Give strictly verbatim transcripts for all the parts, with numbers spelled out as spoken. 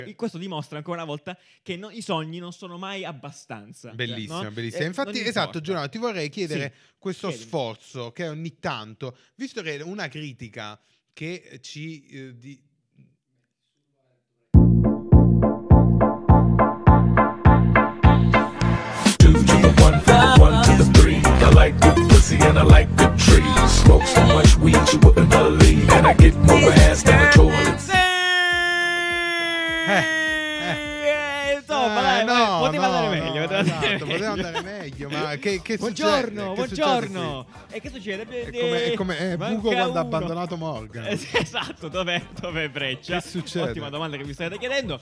Questo dimostra ancora una volta che no, i sogni non sono mai abbastanza. Bellissimo, no? bellissimo. Eh, Infatti, esatto, Giuliano, ti vorrei chiedere sì, questo chiedimi. sforzo che ogni tanto, visto che una critica che ci eh, di... Two to the one, one to the three. I like good pussy and I like good trees. Smoke so much weed you wouldn't believe, and I get more ass than a toilet. Eh. Eh, insomma, Eh, dai, no, poteva no, andare no, meglio. poteva andare esatto, meglio. poteva andare meglio, ma che, che Buongiorno, succede? Che buongiorno. succede E che succede? qui? È come, è come è Manca Buco quando ha uno. abbandonato Morgan. Eh, sì, esatto, dov'è, dov'è Breccia? Che succede? Ottima domanda che vi state chiedendo.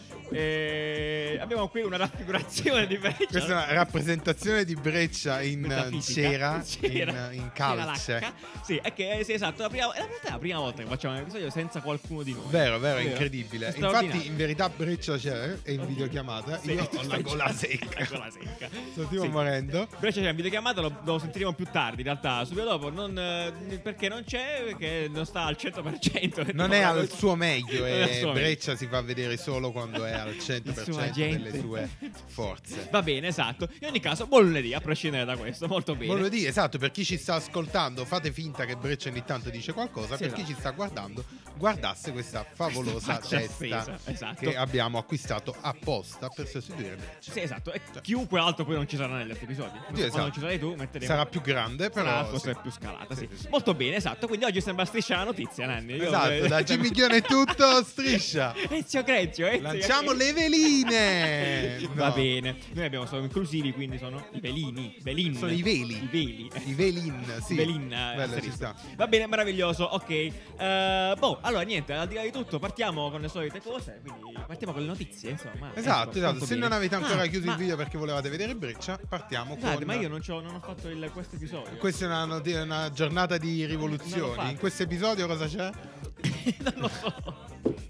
Eh, abbiamo qui una raffigurazione di Breccia. Questa è una rappresentazione di Breccia in Metafisica. cera, Cera. in, in Cera calce. lacca. Sì, è che sì, esatto. La prima, in realtà è la prima volta che facciamo un episodio senza qualcuno di noi. Vero, vero, è Vero? incredibile. È Infatti, straordinario. in verità, Breccia c'è, è in videochiamata. Sì, Io tu ho la stai gola già- secca. la gola secca. Sto tipo Sì. morendo. Breccia c'è in videochiamata, lo, lo sentiremo più tardi in realtà, subito dopo, non, eh, perché non c'è, perché non sta al cento per cento. Non è al suo meglio Non è al e suo meglio. Breccia si fa vedere solo quando è al cento per cento gente. delle sue forze. Va bene, esatto. In ogni caso, buon lunedì, a prescindere da questo, molto bene. Volevo dire, esatto, per chi ci sta ascoltando, fate finta che Breccia ogni tanto dice qualcosa. Sì, per chi esatto. ci sta guardando, guardasse questa favolosa Faccia testa offesa, esatto. che abbiamo acquistato apposta per sostituire Breccia. Sì, esatto. E chiunque altro poi non ci sarà negli altri episodi. Sì, Quando esatto. non ci sarai tu, metteremo. Sarà più grande, Sarà però forse sì. più scalata, sì. Sì, sì, sì. Molto bene, esatto. Quindi oggi sembra Striscia la notizia, Nanni. Io- Esatto, da Jimmy Ghione è tutto, Striscia. Ezio Creccio, Ezio Lanciamo le veline. Va No. bene. Noi abbiamo sono inclusivi, quindi sono i velini. Velin. Sono i veli. I veli. I velin, sì. I velin, eh, Bello, asterisco. ci sta. Va bene, meraviglioso. Ok. Eh, boh, allora niente, al di là di tutto, partiamo con le solite cose. Quindi partiamo con le notizie, insomma. Esatto, Ecco, esatto. molto Se bene. non avete ancora Ah, chiuso ma- il video perché volevate vedere Breccia, partiamo Scusate, con... ma io non, c'ho- non ho fatto il, questo episodio. Questa è una, not- una giornata di Non l'ho rivoluzioni. fatto. In questo episodio cosa c'è? Non lo so.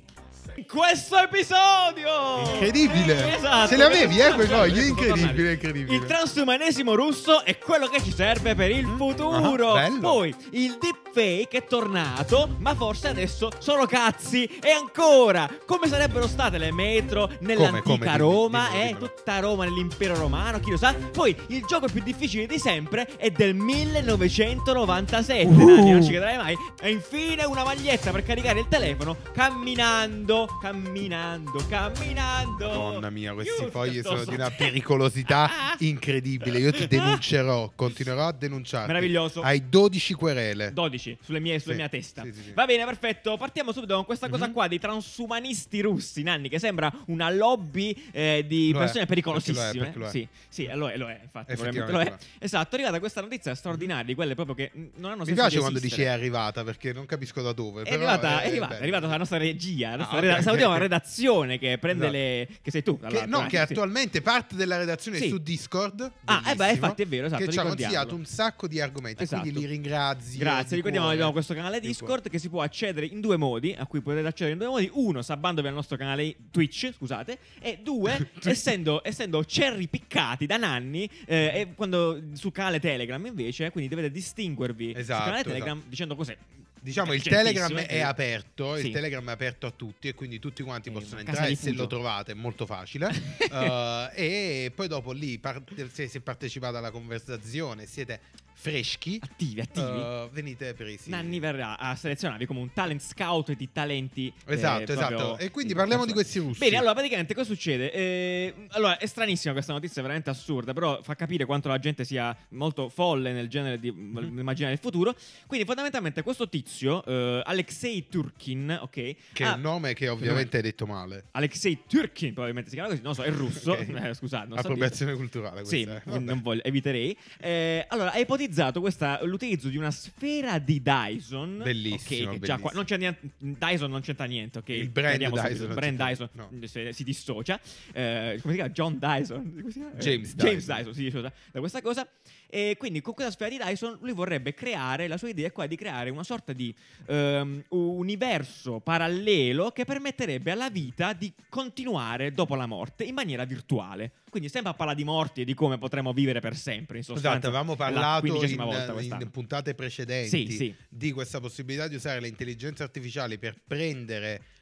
In questo episodio! Incredibile! Esatto. Ce li avevi, eh, quei Esatto, fogli? ecco, Incredibile, tornare. incredibile. Il transumanesimo russo è quello che ci serve per il futuro. Ah, bello. Poi il deepfake è tornato, ma forse adesso sono cazzi. E ancora, come sarebbero state le metro nell'antica Come, come? Dimmi, Roma? dimmelo, eh, dimmelo. tutta Roma nell'impero romano, chi lo sa? Poi il gioco più difficile di sempre è del millenovecentonovantasette. Uh. Nanni, non ci crederai mai. E infine una maglietta per caricare il telefono camminando, camminando, camminando. Madonna mia, questi Io fogli sono piuttosto- di una pericolosità incredibile. Io ti denuncerò, continuerò a denunciarti. Meraviglioso. Hai dodici querele. dodici sulle mie, sulla Sì, mia testa. sì, sì, sì. Va bene, perfetto. Partiamo subito con questa cosa Mhm. qua dei transumanisti russi, Nanni, che sembra una lobby eh, di Lo è, persone perché lo è, pericolosissime. perché lo è. Sì, sì, lo è, lo è, infatti, Effettivamente probabilmente lo è. lo è. Esatto, è arrivata questa notizia straordinaria, di quelle proprio che mm, non hanno Mi senso piace di quando dici è esistere. arrivata perché non capisco da dove. È però arrivata, è, arrivata, bello. è arrivata la nostra regia, la nostra Ah, reda- ok, salutiamo ok. la redazione che prende Esatto. le... che sei tu, tra Che, l'altro, no, eh, che sì. attualmente parte della redazione Sì. su Discord. Ah, eh beh, bellissimo, infatti è vero, esatto, che ci ha ricordiamolo. consigliato un sacco di argomenti. Esatto. Quindi li ringrazio. Grazie, di ricordiamo che cuore. abbiamo questo canale Di Discord cuore. che si può accedere in due modi, a cui potete accedere in due modi. Uno, sabbandovi al nostro canale Twitch, scusate, e due, essendo, essendo cherry piccati da Nanni, eh, e quando sul canale Telegram invece, quindi dovete distinguervi sul Esatto, canale Telegram esatto. dicendo cos'è. Diciamo il Gentissimo, Telegram è eh. aperto, Sì. il Telegram è aperto a tutti e quindi tutti quanti È possono una casa entrare se rifugio. lo trovate, è molto facile. Uh, e poi dopo lì, par- se, se partecipate alla conversazione, siete freschi, Attivi, attivi. uh, venite presi. Nanni verrà a selezionarvi come un talent scout di talenti. eh, Esatto, esatto. proprio- E quindi parliamo di questi russi. Bene, allora praticamente cosa succede? Eh, allora è stranissima questa notizia, è veramente assurda, però fa capire quanto la gente sia molto folle nel genere di Mhm. immaginare il futuro. Quindi fondamentalmente questo tizio, eh, Alexei Turkin, ok? Che è ha- un nome che ovviamente hai detto male. Alexei Turkin probabilmente si chiama così, non so, è russo, Ok. eh, scusate, non so Appropriazione culturale sì, questa, eh. quindi Vabbè. non voglio, eviterei. Eh, allora, ha ipotizzato questa, l'utilizzo di una sfera di Dyson. Bellissimo, ok, che già qua, bellissimo. non c'è niente, Dyson non c'entra niente, ok? Il brand Chiariamo subito, Dyson il non brand c'entra- Dyson no. se- si dissocia. Eh, come si chiama? John Dyson? Come si chiama? Eh, James James Dyson. Dyson si dissocia da questa cosa. E quindi con questa sfera di Dyson lui vorrebbe creare, la sua idea è quella di creare una sorta di ehm, universo parallelo che permetterebbe alla vita di continuare dopo la morte in maniera virtuale. Quindi sempre a parlare di morti e di come potremo vivere per sempre, in sostanza. Esatto, avevamo È la parlato quindicesima in, volta quest'anno. in puntate precedenti Sì, sì. di questa possibilità di usare le intelligenze artificiali per prendere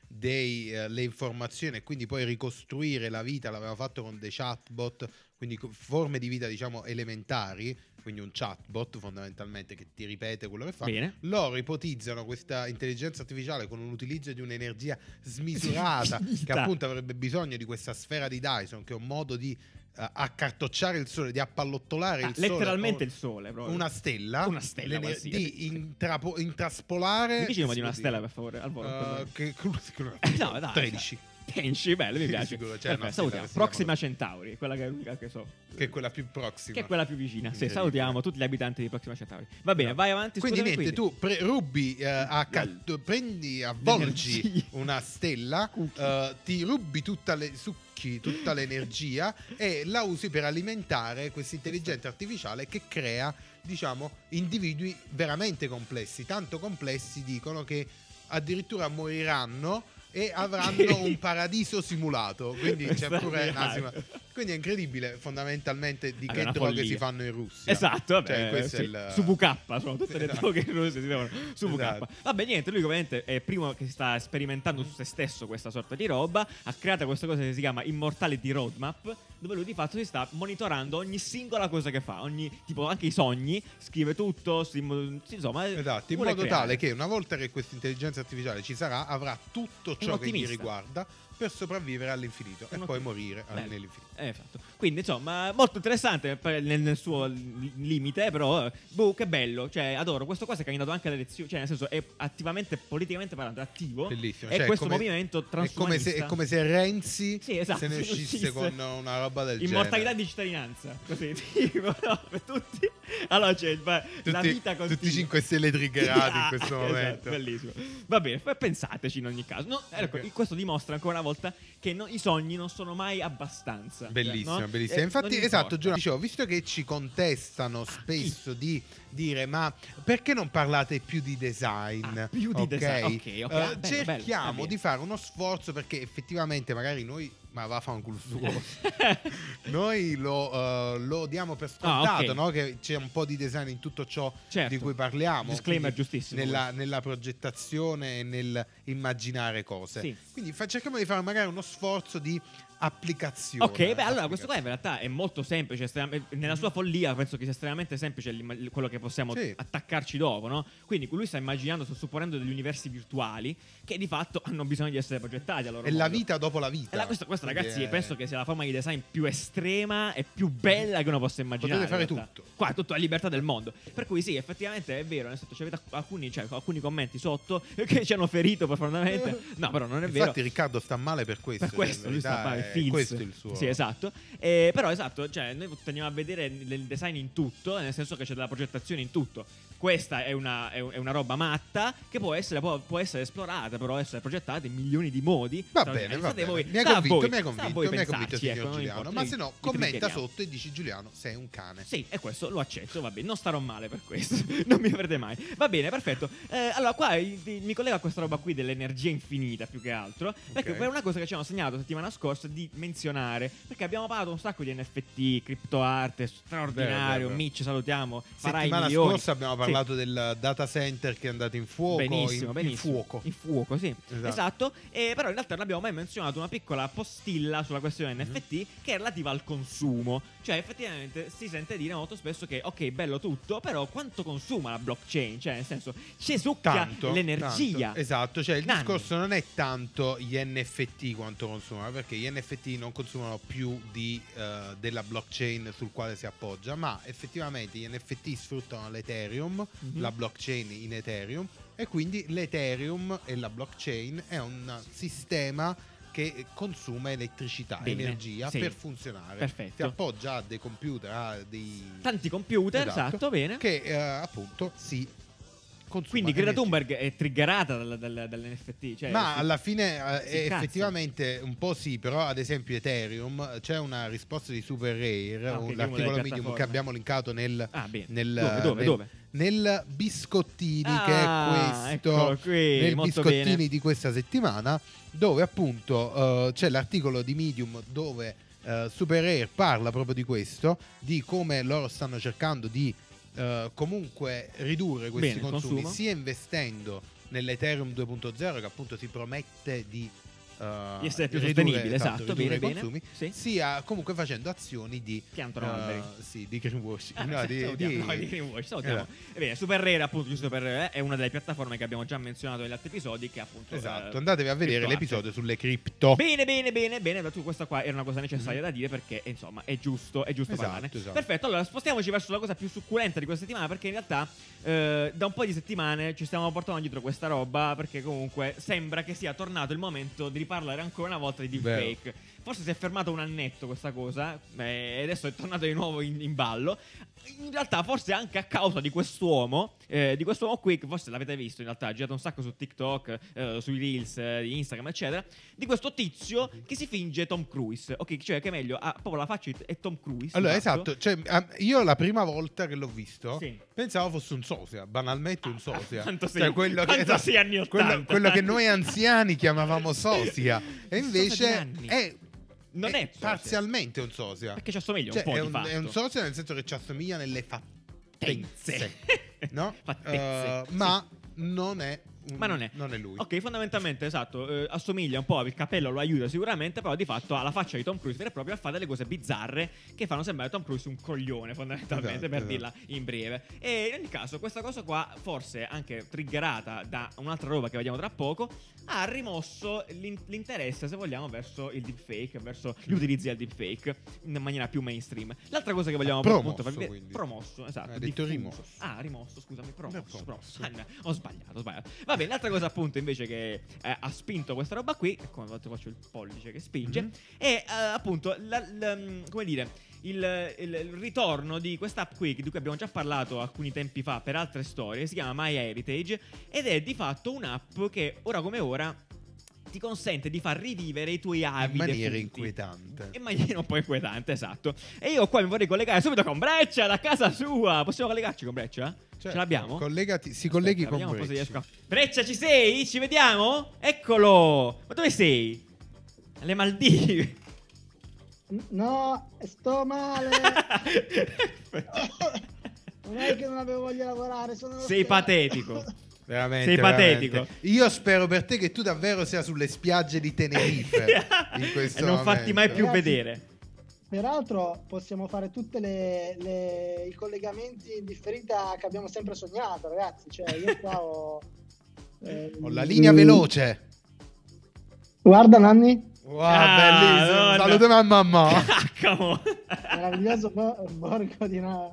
dei, uh, le informazioni e quindi poi ricostruire la vita. L'aveva fatto con dei chatbot, quindi forme di vita diciamo elementari, quindi un chatbot fondamentalmente che ti ripete quello che fa. Bene. Loro ipotizzano questa intelligenza artificiale con un utilizzo di un'energia smisurata che appunto avrebbe bisogno di questa sfera di Dyson, che è un modo di uh, accartocciare il sole, di appallottolare Ah, il sole, letteralmente o il sole proprio. una stella, Una stella l'ener- qualsiasi. di intrapo- intraspolare. Mi dici il nome di si una può stella dire? per favore al volo? Uh, che, No, dai, tredici. Tenci, bello, mi Sì, piace. sicuro, c'è Perfetto, una salutiamo. stella che si Proxima Centauri, quella che è l'unica che so. che è quella più prossima, Che è quella più vicina. Sì, Incredibile. salutiamo tutti gli abitanti di Proxima Centauri. Va bene, vai avanti. Quindi scusami, niente, tu pre- rubi eh, a ca- prendi, avvolgi L'energia. una stella, eh, ti rubi tutta le succhi tutta l'energia e la usi per alimentare questa intelligenza artificiale che crea, diciamo, individui veramente complessi, tanto complessi dicono che addirittura moriranno e avranno un paradiso simulato, quindi c'è pure un asima. Quindi è incredibile fondamentalmente di È che una droghe follia. si fanno in Russia. Esatto, vabbè, Cioè, questo sì. è il- Su V K, sono tutte le Esatto. droghe russe si devono su V K. Esatto. Vabbè, niente, lui ovviamente è primo che sta sperimentando su se stesso questa sorta di roba, ha creato questa cosa che si chiama Immortality Roadmap, dove lui di fatto si sta monitorando ogni singola cosa che fa, ogni tipo anche i sogni, scrive tutto, si- insomma, Esatto, in vuole modo creare. tale che una volta che questa intelligenza artificiale ci sarà, avrà tutto un ciò che gli ottimista. riguarda per sopravvivere all'infinito Un e poi ottimista. morire Bello. nell'infinito. Eh, esatto. Quindi insomma molto interessante per- nel, nel suo li- limite, però eh, boh, che bello, cioè adoro questo qua si è candidato anche alle elezioni, cioè nel senso è attivamente politicamente parlando attivo. Bellissimo. E Cioè, questo come- movimento È come, transumanista. se, è come se Renzi Sì, esatto, se ne sì, uscisse sì, con sì. una roba del Immortalità genere. di cittadinanza, così tipo, no, per tutti. Allora c'è il- la Tutti- vita continua. tutti i cinque Stelle triggerati in Ah, questo esatto, momento. bellissimo. Va bene, poi pensateci in ogni caso. No, ecco, Ok. questo dimostra ancora una volta che no- i sogni non sono mai abbastanza. Bellissima, no? bellissima. Eh, Infatti, non esatto, importa. Giuliano, dicevo, visto che ci contestano spesso di dire ma perché non parlate più di design? Ah, più di Ok? design, ok, ok, Eh, ah, bello, bello, cerchiamo va bene. di fare uno sforzo perché effettivamente magari noi ma va fa un culo suo. Noi lo, eh, lo diamo per scontato, Ah, ok. no? Che c'è un po' di design in tutto ciò Certo. di cui parliamo. Disclaimer quindi giustissimo Nella, questo. nella progettazione e nel immaginare cose. Sì. Quindi fa- cerchiamo di fare magari uno sforzo di applicazione. Ok, beh, allora questo qua in realtà è molto semplice. estrem- Nella Mhm. sua follia, penso che sia estremamente semplice l'imma- quello che possiamo Sì. attaccarci dopo, no? Quindi lui sta immaginando, sta supponendo degli universi virtuali che di fatto hanno bisogno di essere progettati. A loro È la modo. vita dopo la vita. E la- questo, questo, Quindi ragazzi, è- penso che sia la forma di design più estrema e più bella che uno possa immaginare. Potete fare in realtà. tutto. Qua, tutta la libertà del mondo. Per cui sì, effettivamente è vero. Nel senso, c'avete alcuni, cioè, alcuni commenti sotto che ci hanno ferito profondamente. No, però non è vero. Infatti Riccardo sta male per questo. Per cioè, questo in lui sta verità male, è Fils. questo il suo. Sì, esatto. Eh, però esatto, cioè noi teniamo a vedere il design in tutto, nel senso che c'è della progettazione in tutto. Questa è una, è un- è una roba matta che può essere, può, può essere esplorata, però essere progettata in milioni di modi. Va straordinari. bene, va State bene. voi- Mi hai sta a convinto, voi, mi hai sta a convinto, voi mi hai convinto, pensarci, signor ecco, non Giuliano. importa. Ma Noi se no, vi commenta critichiamo. sotto e dici Giuliano, sei un cane. Sì, è questo, lo accetto, va bene, non starò male per questo, non mi avrete mai. Va bene, perfetto. Eh, allora, qua i- i- mi collego a questa roba qui dell'energia infinita più che altro, perché Ok. per una cosa che ci hanno segnato settimana scorsa di menzionare, perché abbiamo parlato un sacco di N F T, criptoarte, straordinario, Vero, vero. Mitch, salutiamo, farai Settimana milioni. scorsa abbiamo Sì. parlato del data center che è andato in fuoco. Benissimo, in, benissimo. in fuoco. In fuoco, sì. Esatto. Esatto. E però in realtà non abbiamo mai menzionato una piccola postilla sulla questione Mhm. N F T che è relativa al consumo. Cioè, effettivamente si sente dire molto spesso che, ok, bello tutto, però quanto consuma la blockchain? Cioè, nel senso, ci succhia Tanto, l'energia. tanto. Esatto, cioè il Nanni. discorso non è tanto gli N F T quanto consumano, perché gli N F T non consumano più di, eh, della blockchain sul quale si appoggia, ma effettivamente gli N F T sfruttano l'Ethereum, Mhm. la blockchain in Ethereum, e quindi l'Ethereum e la blockchain è un sistema che consuma elettricità, Bene, energia sì. per funzionare. Perfetto. Si appoggia a dei computer, a dei Tanti computer, Esatto. esatto, bene. che eh, appunto si consuma Quindi Greta energia. Thunberg è triggerata dal- dal- dall'N F T. Cioè, Ma sì. alla fine eh, si incazza. effettivamente un po' sì, però ad esempio Ethereum c'è una risposta di Super Rare, Ah, ok, un- che è una l'articolo delle Medium piattaforme. che abbiamo linkato nel, Ah, bene. nel, Dove, dove, nel, dove? nel Biscottini, Ah, che è questo, eccolo qui, nel molto Biscottini bene. di questa settimana, dove appunto eh, c'è l'articolo di Medium dove eh, Super Rare parla proprio di questo, di come loro stanno cercando di eh, comunque ridurre questi Bene, consumi consumo. sia investendo nell'Ethereum due punto zero, che appunto si promette di Uh, di essere più ridurre, sostenibile, esatto, esatto, bene, ridurre i bene. consumi, Sì. sia comunque facendo azioni di piantano uh, alberi. sì, di greenwashing, Ah, no, di, salutiamo, di... no, di greenwash, salutiamo. Esatto. Ebbene, Super Rare, appunto, giusto per eh, è una delle piattaforme che abbiamo già menzionato negli altri episodi, che appunto Esatto, eh, andatevi a vedere criptoarte. l'episodio sulle cripto. Bene, bene, bene, bene. Dato questa qua era una cosa necessaria da dire, perché insomma è giusto, è giusto Esatto, parlarne. esatto. Perfetto, allora spostiamoci verso la cosa più succulenta di questa settimana, perché in realtà eh, da un po' di settimane ci stiamo portando dietro questa roba, perché comunque sembra che sia tornato il momento di riparlare ancora una volta di deepfake. Forse si è fermato un annetto questa cosa, e adesso è tornato di nuovo in, in ballo. In realtà forse anche a causa di quest'uomo, eh, di quest'uomo qui, che forse l'avete visto in realtà, ha girato un sacco su TikTok, eh, sui Reels, eh, di Instagram eccetera, di questo tizio che si finge Tom Cruise. Ok, cioè che è meglio, ha proprio la faccia di è Tom Cruise. Allora, esatto, esatto, cioè, ah, io la prima volta che l'ho visto Sì. pensavo fosse un sosia, banalmente un sosia. Quanto Cioè, sei- quello che, quanto esatto, sei anni quello, ottanta. quello che noi anziani chiamavamo sosia. E Sosia invece di anni. è, Non è sosia. parzialmente un sosia. perché ci assomiglia Cioè, un po' è, di un, fatto. è un sosia nel senso che ci assomiglia nelle fattezze, no? Fattezze, Uh, sì. ma non è un- Ma non è. non è lui. Ok, fondamentalmente, esatto, eh, assomiglia un po', il capello lo aiuta sicuramente, però di fatto ha la faccia di Tom Cruise vera e propria, a fare delle cose bizzarre che fanno sembrare Tom Cruise un coglione, fondamentalmente, Esatto, per esatto. dirla in breve. E in ogni caso, questa cosa qua, forse anche triggerata da un'altra roba che vediamo tra poco, ha rimosso l'in- l'interesse, se vogliamo, verso il deepfake, verso gli utilizzi del deepfake in maniera più mainstream. L'altra cosa che vogliamo Promosso, appunto farvi vedere, quindi. promosso, esatto, Hai detto diffuso. rimosso. Ah, rimosso, scusami, promosso, Promosso. promosso. Ah, no, ho sbagliato, ho sbagliato. Va bene, l'altra cosa appunto invece che eh, ha spinto questa roba qui, come a volte faccio il pollice che spinge, Mhm. è eh, appunto la- la- come dire il, il- il ritorno di quest'app qui di cui abbiamo già parlato alcuni tempi fa per altre storie. Si chiama MyHeritage ed è di fatto un'app che ora come ora ti consente di far rivivere i tuoi avi In maniera defunti. inquietante. In maniera un po' inquietante, esatto. E io qua mi vorrei collegare subito con Breccia da casa sua. Possiamo collegarci con Breccia? Cioè, Ce l'abbiamo? Collegati, si colleghi Aspetta, con vediamo un po' se Brecci. riesco a- Breccia, ci sei? Ci vediamo? Eccolo! Ma dove sei? Alle Maldive. No, sto male. Non è che non avevo voglia di lavorare, sono allo Sei spiaggia. patetico. Veramente, Sei patetico. veramente. Io spero per te che tu davvero sia sulle spiagge di Tenerife in questo E non momento. fatti mai più Ragazzi, vedere. Peraltro possiamo fare tutti i collegamenti in differita che abbiamo sempre sognato, ragazzi. Cioè, io qua ho... eh, Ho la linea veloce. Guarda, Nanni, Wow, Ah, bellissimo. Madonna. Salutami a mamma. Caccamo. meraviglioso bo- borgo di Na...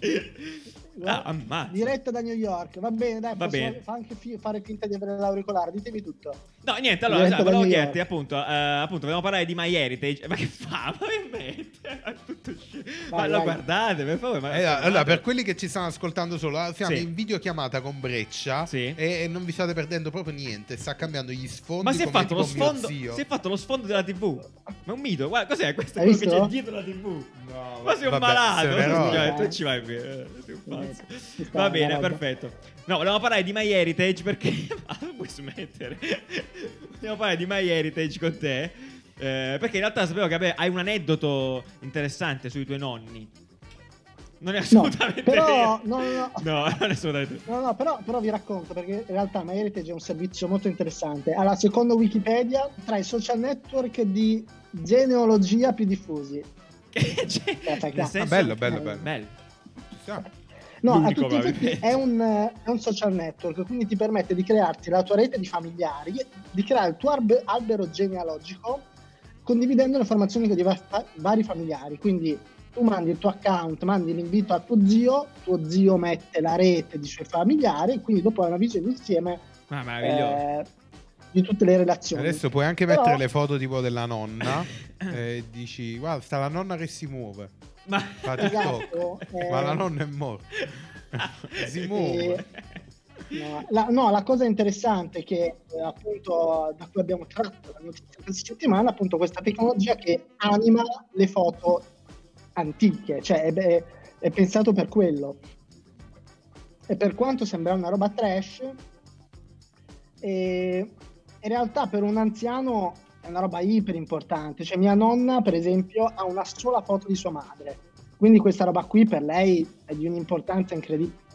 Ah, ammazza. Diretta da New York, va bene, dai, Va possiamo bene. fa anche fi- fare finta di avere l'auricolare, ditemi tutto. No, niente, allora, Diretta sai, da volevo New chiederti York. appunto, eh, appunto, volevamo parlare di MyHeritage. Ma che fa? Ma veramente? È tutto sci- Ma Vai, lo vai. guardate, per favore. Ma Eh, allora, per quelli che ci stanno ascoltando solo, siamo Sì. in videochiamata con Breccia Sì. e, e non vi state perdendo proprio niente. Sta cambiando gli sfondi. Ma si è come fatto lo tipo mio sfondo. zio. Si è fatto lo sfondo della tivù. Ma è un mito. Guarda, cos'è questo? Hai Quello che visto? c'è dietro la tivù. No, Ma sei un vabbè, malato. sei un ma eroe. scusa, Eh. tu ci vai bene. Sei un pazzo. Ci sta Va una bene, roba. perfetto. No, volevamo parlare di MyHeritage perché. Ma non puoi smettere. Volevamo parlare di MyHeritage con te. eh, perché in realtà sapevo che vabbè, hai un aneddoto interessante sui tuoi nonni. Non è No, assolutamente però, vero. no, no, no. No, non è assolutamente vero. No, no, però, però vi racconto perché in realtà MyHeritage è un servizio molto interessante. Allora, secondo Wikipedia, tra i social network di genealogia più diffusi. Che c'è? Eh, fai Nel cazzo. senso- bello, bello, bello. bello. Ci sta. No, a L'unico, tutti gli effetti probabilmente. è un, eh, è un social network, quindi ti permette di crearti la tua rete di familiari, di creare il tuo arbe- albero genealogico condividendo le informazioni con i va- vari familiari. Quindi tu mandi il tuo account, mandi l'invito a tuo zio, tuo zio mette la rete di suoi familiari, quindi dopo hai una visione insieme Ma meraviglioso. eh, di tutte le relazioni. Adesso puoi anche Però- mettere le foto tipo della nonna e dici guarda sta la nonna che si muove, Ma fa TikTok, Esatto, eh. ma la nonna è morta, si muove. No la, no, la cosa interessante è che eh, appunto da cui abbiamo tratto la notizia questa settimana, appunto questa tecnologia che anima le foto antiche, cioè è, è- è pensato per quello. E per quanto sembra una roba trash, eh, in realtà per un anziano è una roba iper importante. Cioè mia nonna, per esempio, ha una sola foto di sua madre, quindi questa roba qui per lei è di un'importanza incredibile.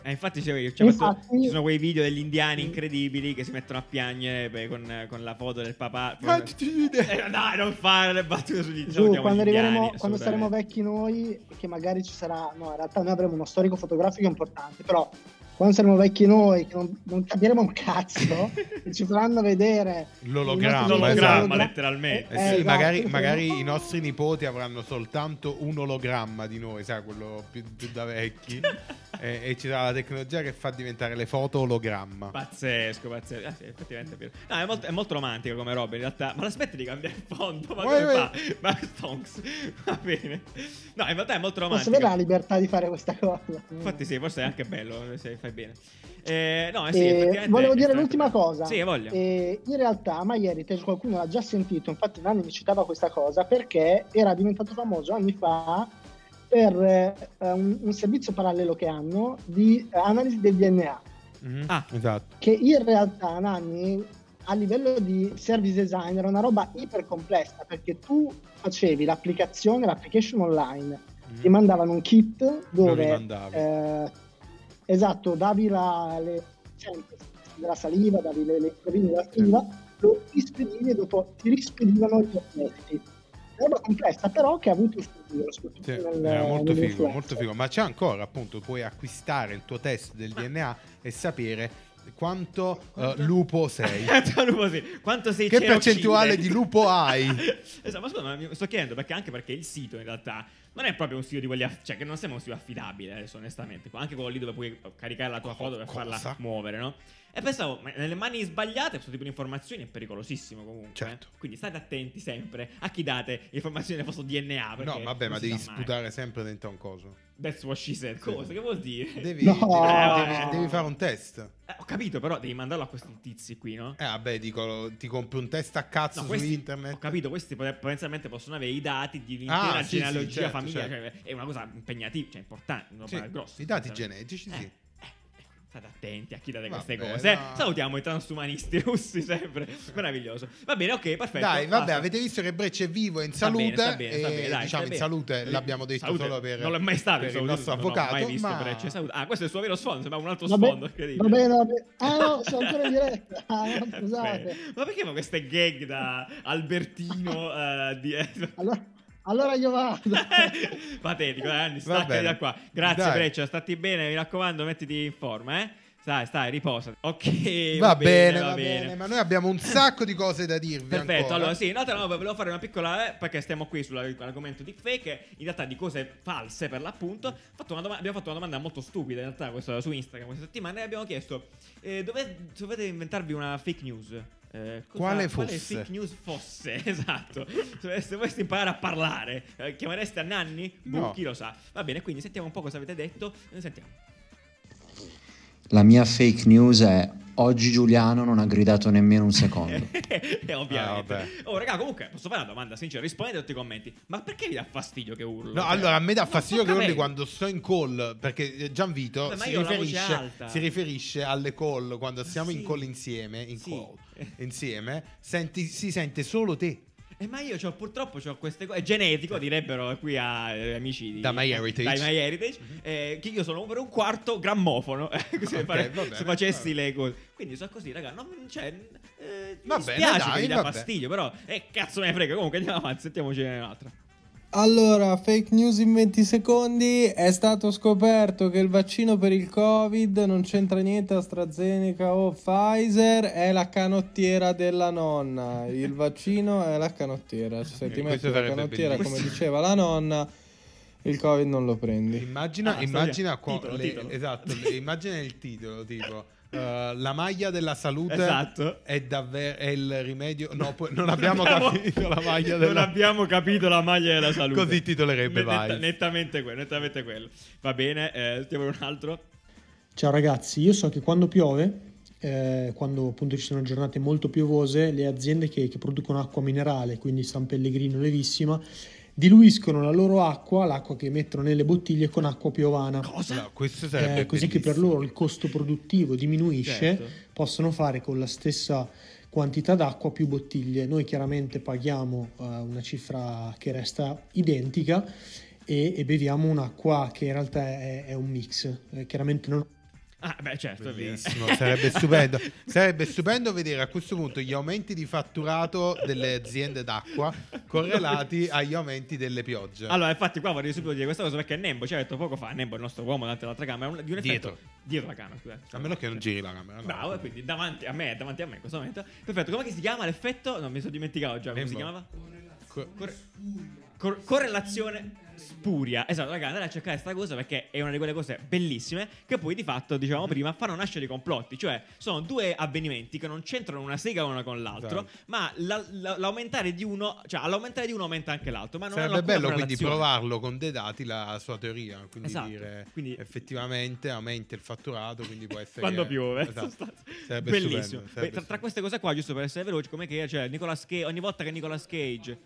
Eh, infatti c'è, c'è Infatti- questo- ci sono quei video degli indiani incredibili che si mettono a piangere beh, con, con la foto del papà. Ma ti uccide. Eh, dai, non fare le battute sugli Giù, salutiamo quando, gli arriveremo, indiani, quando saremo assolutamente. vecchi noi, che magari ci sarà, no, in realtà noi avremo uno storico fotografico importante, però quando saremo vecchi noi, che non, non capiremo un cazzo, e ci faranno vedere L'ologramma, i nostri L'ologramma, esatto. ologra- letteralmente. Eh sì, Eh, esatto, magari, io magari faremo- i nostri nipoti avranno soltanto un ologramma di noi, sai, quello più, più da vecchi. e, e ci sarà la tecnologia che fa diventare le foto ologramma. Pazzesco, pazzesco. Ah, sì, effettivamente è vero. No, è molto, è molto romantica come roba in realtà. Ma la smetti di cambiare il fondo? Ma Vai, come fa? vai. Ma Stonks. Va bene. No, in realtà è molto Posso romantica. avere la libertà di fare questa cosa? Infatti sì, forse è anche bello se fai bene. Eh, no, eh sì, Eh, effettivamente volevo è dire stato- l'ultima cosa. Sì, voglio. Eh, in realtà MyHeritage qualcuno l'ha già sentito, infatti Nanni mi citava questa cosa perché era diventato famoso anni fa per eh, un, un servizio parallelo che hanno di eh, analisi del D N A, Mhm, Ah. esatto. che in realtà Nanni a livello di service design era una roba iper complessa, perché tu facevi l'applicazione, l'application online, Mhm. ti mandavano un kit Lo dove rimandavi. eh, esatto, davi la, le, sempre della saliva, davi le, le provine della saliva, lo rispedivi e dopo ti rispedivano gli oggetti. È una roba complessa, però che ha avuto un futuro, soprattutto Sì, nel, era molto figo, nell'influencer. molto figo. Ma c'è ancora, appunto, puoi acquistare il tuo test del D N A e sapere quanto, eh, lupo sei. Quanto lupo sei? Quanto sei Che cerocide? percentuale di lupo hai? Esatto, ma scusa, ma mi sto chiedendo perché anche perché il sito in realtà non è proprio un sito di quelli aff- cioè che non sembra un sito affidabile adesso onestamente, anche quello lì dove puoi caricare la tua foto per Cosa? farla muovere, no? E pensavo, ma nelle mani sbagliate questo tipo di informazioni è pericolosissimo comunque. Certo. eh. Quindi state attenti sempre a chi date informazioni del vostro D N A. perché No, vabbè, non ma si devi sa mai. sputare sempre dentro un coso. That's what she said. Cosa? Che vuol dire? Devi, No. devi- devi- devi fare un test. Eh, ho capito, però devi mandarlo a questi tizi qui, no? Eh, vabbè, dico, ti compri un test a cazzo No, su questi, internet. ho capito, questi pot- potenzialmente possono avere i dati di Ah, un'intera sì, sì, genealogia certo, familiare. certo. Cioè, è una cosa impegnativa, cioè importante, una roba Sì, grossa. i dati Pensate. genetici, Eh, sì. eh, state attenti a chi date Vabbè, queste cose. eh. no. Salutiamo i transumanisti russi sempre. Meraviglioso. Va bene, ok, perfetto. Dai, vabbè, basta. avete visto che Breccia è vivo e in Sta salute. bene, sta bene, sta e, bene, dai, diciamo sta in bene. salute Eh, l'abbiamo detto salute, solo per, non l'ho mai stato per in il salute, nostro non l'ho avvocato. mai visto ma... Breccia in salute. Ah, questo è il suo vero sfondo, sembra un altro Va bene, sfondo. incredibile. va bene, va bene. Ah no, sono ancora in diretta. Ah, no, Bene. scusate. Ma perché fa queste gag da Albertino eh, di... Allora, allora io vado. Patetico, Anni, Va staccati bene. da qua. Grazie Dai. Breccia, stati bene, mi raccomando, mettiti in forma, eh. Stai, stai, riposa. Ok, Va, bene, va bene. ma noi abbiamo un sacco di cose da dirvi. Perfetto, ancora. allora sì, in realtà no, volevo fare una piccola, eh, perché stiamo qui sull'argomento di fake, in realtà di cose false per l'appunto. Fatto una doma- abbiamo fatto una domanda molto stupida in realtà questa, su Instagram questa settimana e abbiamo chiesto eh, dove dovete inventarvi una fake news. Eh, cosa- Quale Quale fosse? fake news fosse, esatto. Se, se voleste imparare a parlare, eh, chiamereste a Nanni? Boh, No. chi lo sa. Va bene, quindi sentiamo un po' cosa avete detto. Ne sentiamo. La mia fake news è: oggi Giuliano non ha gridato nemmeno un secondo. E ovviamente. Ah, vabbè. Oh, raga, comunque, posso fare una domanda sincera? Rispondete a tutti i commenti. Ma perché vi dà fastidio che urlo? No, Cioè, allora a me dà non fastidio sto che urli capendo. quando sto in call, perché Gianvito Vabbè, ma si io ho la voce riferisce, alta. si riferisce alle call quando siamo in Sì. call insieme, in Sì. call, insieme, senti, si sente solo te. Eh, ma io c'ho, purtroppo ho queste cose. È genetico, direbbero qui a eh, amici di, Da MyHeritage. Dai MyHeritage. eh, che io sono per un quarto grammofono. Così Ok, fare- va bene, se facessi va le cose. Quindi sono così, raga. Non, cioè, eh, Va mi bene, dispiace dai, che vi dà vabbè. fastidio, però. Eh, cazzo me ne frega. Comunque andiamo avanti, sentiamoci un'altra. Allora, fake news in venti secondi. È stato scoperto che il vaccino per il Covid non c'entra niente AstraZeneca o Pfizer, è la canottiera della nonna. Il vaccino è la canottiera. Se ti Eh, metti questo la sarebbe canottiera, come bellissimo. diceva la nonna, il Covid non lo prendi. Immagina, Ah, immagina sto- qua- titolo, le- titolo. esatto, le- immagina il titolo tipo eh, la maglia della salute Esatto. è davvero è il rimedio. No, poi non abbiamo abbiamo- capito la maglia Non della abbiamo capito la maglia della salute. Così titolerebbe Netta- Vice. nettamente quello, nettamente quello. Va bene, eh, sentiamo un altro. Ciao ragazzi, io so che quando piove, eh, quando appunto ci sono giornate molto piovose, le aziende che, che producono acqua minerale, quindi San Pellegrino, Levissima, diluiscono la loro acqua, l'acqua che mettono nelle bottiglie, con acqua piovana. No, questo sarebbe Eh, così che per bellissimo. loro il costo produttivo diminuisce, Certo. possono fare con la stessa quantità d'acqua più bottiglie. Noi chiaramente paghiamo eh, una cifra che resta identica e, e beviamo un'acqua che in realtà è, è un mix. Eh, chiaramente non Ah, beh, certo, bellissimo, sarebbe stupendo. Sarebbe stupendo vedere a questo punto gli aumenti di fatturato delle aziende d'acqua correlati agli aumenti delle piogge. Allora, infatti, qua vorrei subito dire questa cosa perché Nembo ci ha detto poco fa. Nembo, il nostro uomo davanti all'altra camera, un- di un effetto Dietro. dietro la camera, scusa. A meno che non giri la camera. no. Bravo, e quindi davanti a me, davanti a me in questo momento. Perfetto, come che si chiama l'effetto? No, mi sono dimenticato già, come si Nembo. chiamava? Co- Corre- cor- correlazione spuria. Esatto, raga, andate a cercare questa cosa perché è una di quelle cose bellissime che poi di fatto, dicevamo prima, fanno nascere i complotti. Cioè, sono due avvenimenti che non c'entrano una sega una con l'altro, Esatto. ma la- la- l'aumentare di uno, cioè all'aumentare di uno aumenta anche l'altro. Ma non hanno Sarebbe alcuna bello quindi correlazione. provarlo con dei dati la sua teoria, quindi Esatto, dire quindi- effettivamente aumenta il fatturato, quindi può essere Quando che- piove, esatto. sostanza- Sarebbe bellissimo. stupendo, Beh, sarebbe tra, tra stupendo. queste cose qua, giusto per essere veloci, come che cioè Nicolas Cage, ogni volta che Nicolas Cage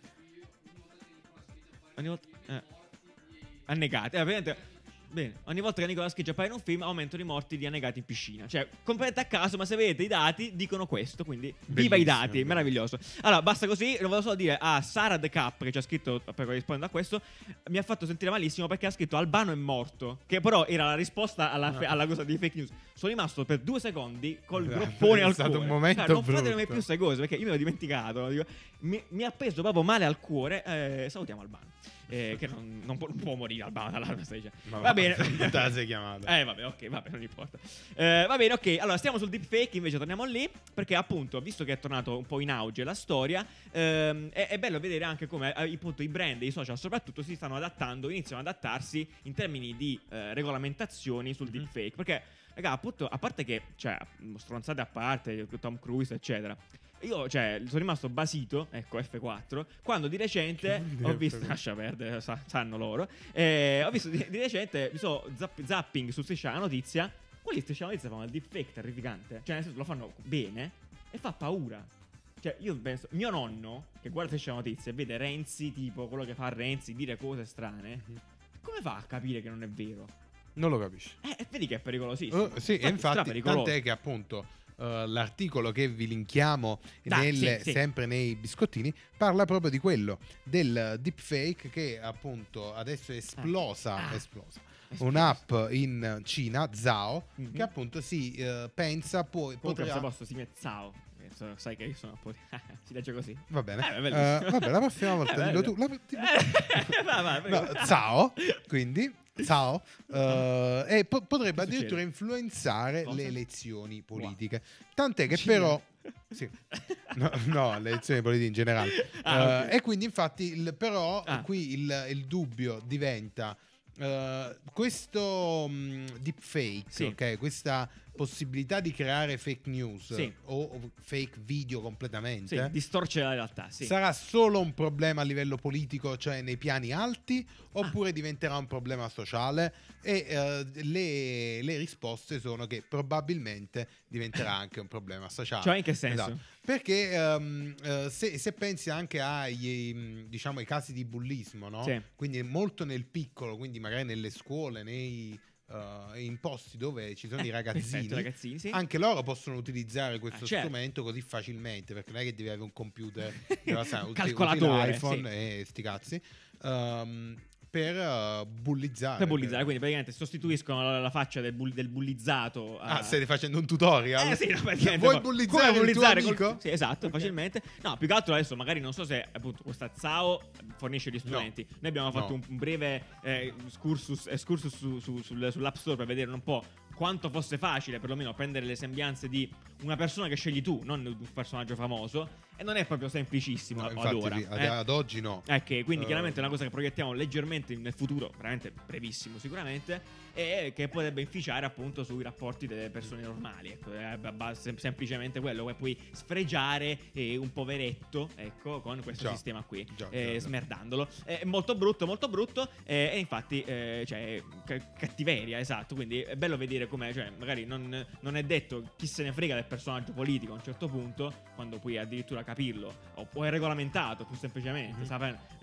ogni volta eh, annegati, eh, praticamente- bene, ogni volta che Nicolas Cage appare in un film aumentano i morti di annegati in piscina. Cioè, completamente a caso, ma se vedete i dati dicono questo, quindi viva i Bellissimo, dati, bellissimo. meraviglioso. Allora, basta così, lo volevo solo dire a Sara The Cap che ci ha scritto per rispondere a questo, mi ha fatto sentire malissimo perché ha scritto Albano è morto, che però era la risposta alla, fe- alla cosa di fake news. Sono rimasto per due secondi col Eh, groppone è al stato cuore. un momento Cioè, non fatemi mai brutto. più queste cose perché io me l'ho dimenticato. Dico, mi, mi ha preso proprio male al cuore. Eh, salutiamo Albano. Eh, che non, non può, non può morire Albano dalla stage. Ma Va bene. te la sei chiamata. Eh vabbè, ok, vabbè, non importa. Eh, va bene, ok. Allora, stiamo sul deepfake, invece torniamo lì, perché appunto, visto che è tornato un po' in auge la storia, ehm, è, è bello vedere anche come eh, appunto i brand e i social soprattutto si stanno adattando, iniziano ad adattarsi in termini di eh, regolamentazioni sul deepfake, perché raga, appunto, a parte che, cioè, stronzate a parte, Tom Cruise, eccetera. Io, cioè, sono rimasto basito, ecco, F quattro, quando di recente Che vuol dire ho visto... F quattro? Lascia perdere, sa- sanno loro. Eh, ho visto di, di recente, mi so zapp- zapping su Striscia la Notizia. Quelli di Striscia la Notizia fanno il deepfake terrificante. Cioè, nel senso, lo fanno bene e fa paura. Cioè, io penso, mio nonno, che guarda Striscia la Notizia e vede Renzi, tipo, quello che fa Renzi, dire cose strane, come fa a capire che non è vero? Non lo capisci. Eh, vedi che è pericolosissimo. Oh, sì, e infatti, strapericoloso. tant'è che appunto eh, l'articolo che vi linkiamo Dai, nel- sì, sì. sempre nei biscottini parla proprio di quello, del deepfake che appunto adesso è esplosa, Ah. esplosa. Un'app in Cina, Zao, Mhm. che appunto si eh, pensa poi Comunque, se potrà... posso, si mette Zao. Eh, so- Sai che io sono un po'. Si legge così. Va bene, Eh, Eh, bellissimo. vabbè, la prossima volta Eh, dillo bello. tu. La- ti- Eh, vai, vai, prego. No, Zao, quindi Zao, eh, e po- potrebbe Che addirittura succede? influenzare Cosa? le elezioni politiche. Tant'è che Cina. però sì. No, no, le elezioni politiche in generale. Ah, Eh, ok. E quindi infatti il- però Ah. qui il, il dubbio diventa eh, questo mh, deepfake, Sì. ok? Questa possibilità di creare fake news Sì. o, o fake video completamente Sì, distorce la realtà. Sì. sarà solo un problema a livello politico, cioè nei piani alti, oppure diventerà un problema sociale? E eh, le, le risposte sono che probabilmente diventerà anche un problema sociale. Cioè, in che senso? Esatto. Perché ehm, eh, se, se pensi anche ai, mh, diciamo, ai casi di bullismo, no? Sì. Quindi molto nel piccolo, quindi magari nelle scuole, nei eh, in posti dove ci sono i ragazzini, Perfetto, ragazzini, sì. anche loro possono utilizzare questo Ah, certo. strumento così facilmente, perché non è che devi avere un computer, della sa- usi- Calcolatore, usi l'iPhone sì. e sti cazzi, ehm, per eh, bullizzare. Per bullizzare, quindi praticamente sostituiscono la, la faccia del, bull- del bullizzato. A... Ah, stai facendo un tutorial? Eh sì, no, praticamente Vuoi come- bullizzare, come bullizzare il tuo col- amico? Sì, esatto, facilmente. No, più che altro adesso magari non so se appunto questa Zao fornisce gli strumenti. Noi abbiamo fatto No. un, un breve eh, excursus, excursus su, su- sul- sull'App Store per vedere un po' quanto fosse facile perlomeno prendere le sembianze di una persona che scegli tu, non un personaggio famoso. E non è proprio semplicissimo No, ad infatti, ora. sì, ad, eh. ad oggi no. Ecco, quindi Eh. chiaramente è una cosa che proiettiamo leggermente nel futuro, veramente brevissimo sicuramente, e che potrebbe inficiare appunto sui rapporti delle persone normali. Ecco, è abba- sem- semplicemente quello, che puoi sfregiare eh, un poveretto, ecco, con questo Già. sistema qui, Già, eh, già, già. smerdandolo. È molto brutto, molto brutto, eh, e infatti eh, cioè, ca- cattiveria, esatto. Quindi è bello vedere come, cioè, magari non, non è detto chi se ne frega del personaggio politico a un certo punto, quando puoi addirittura capirlo, o, o è regolamentato più semplicemente. Mhm. Sa-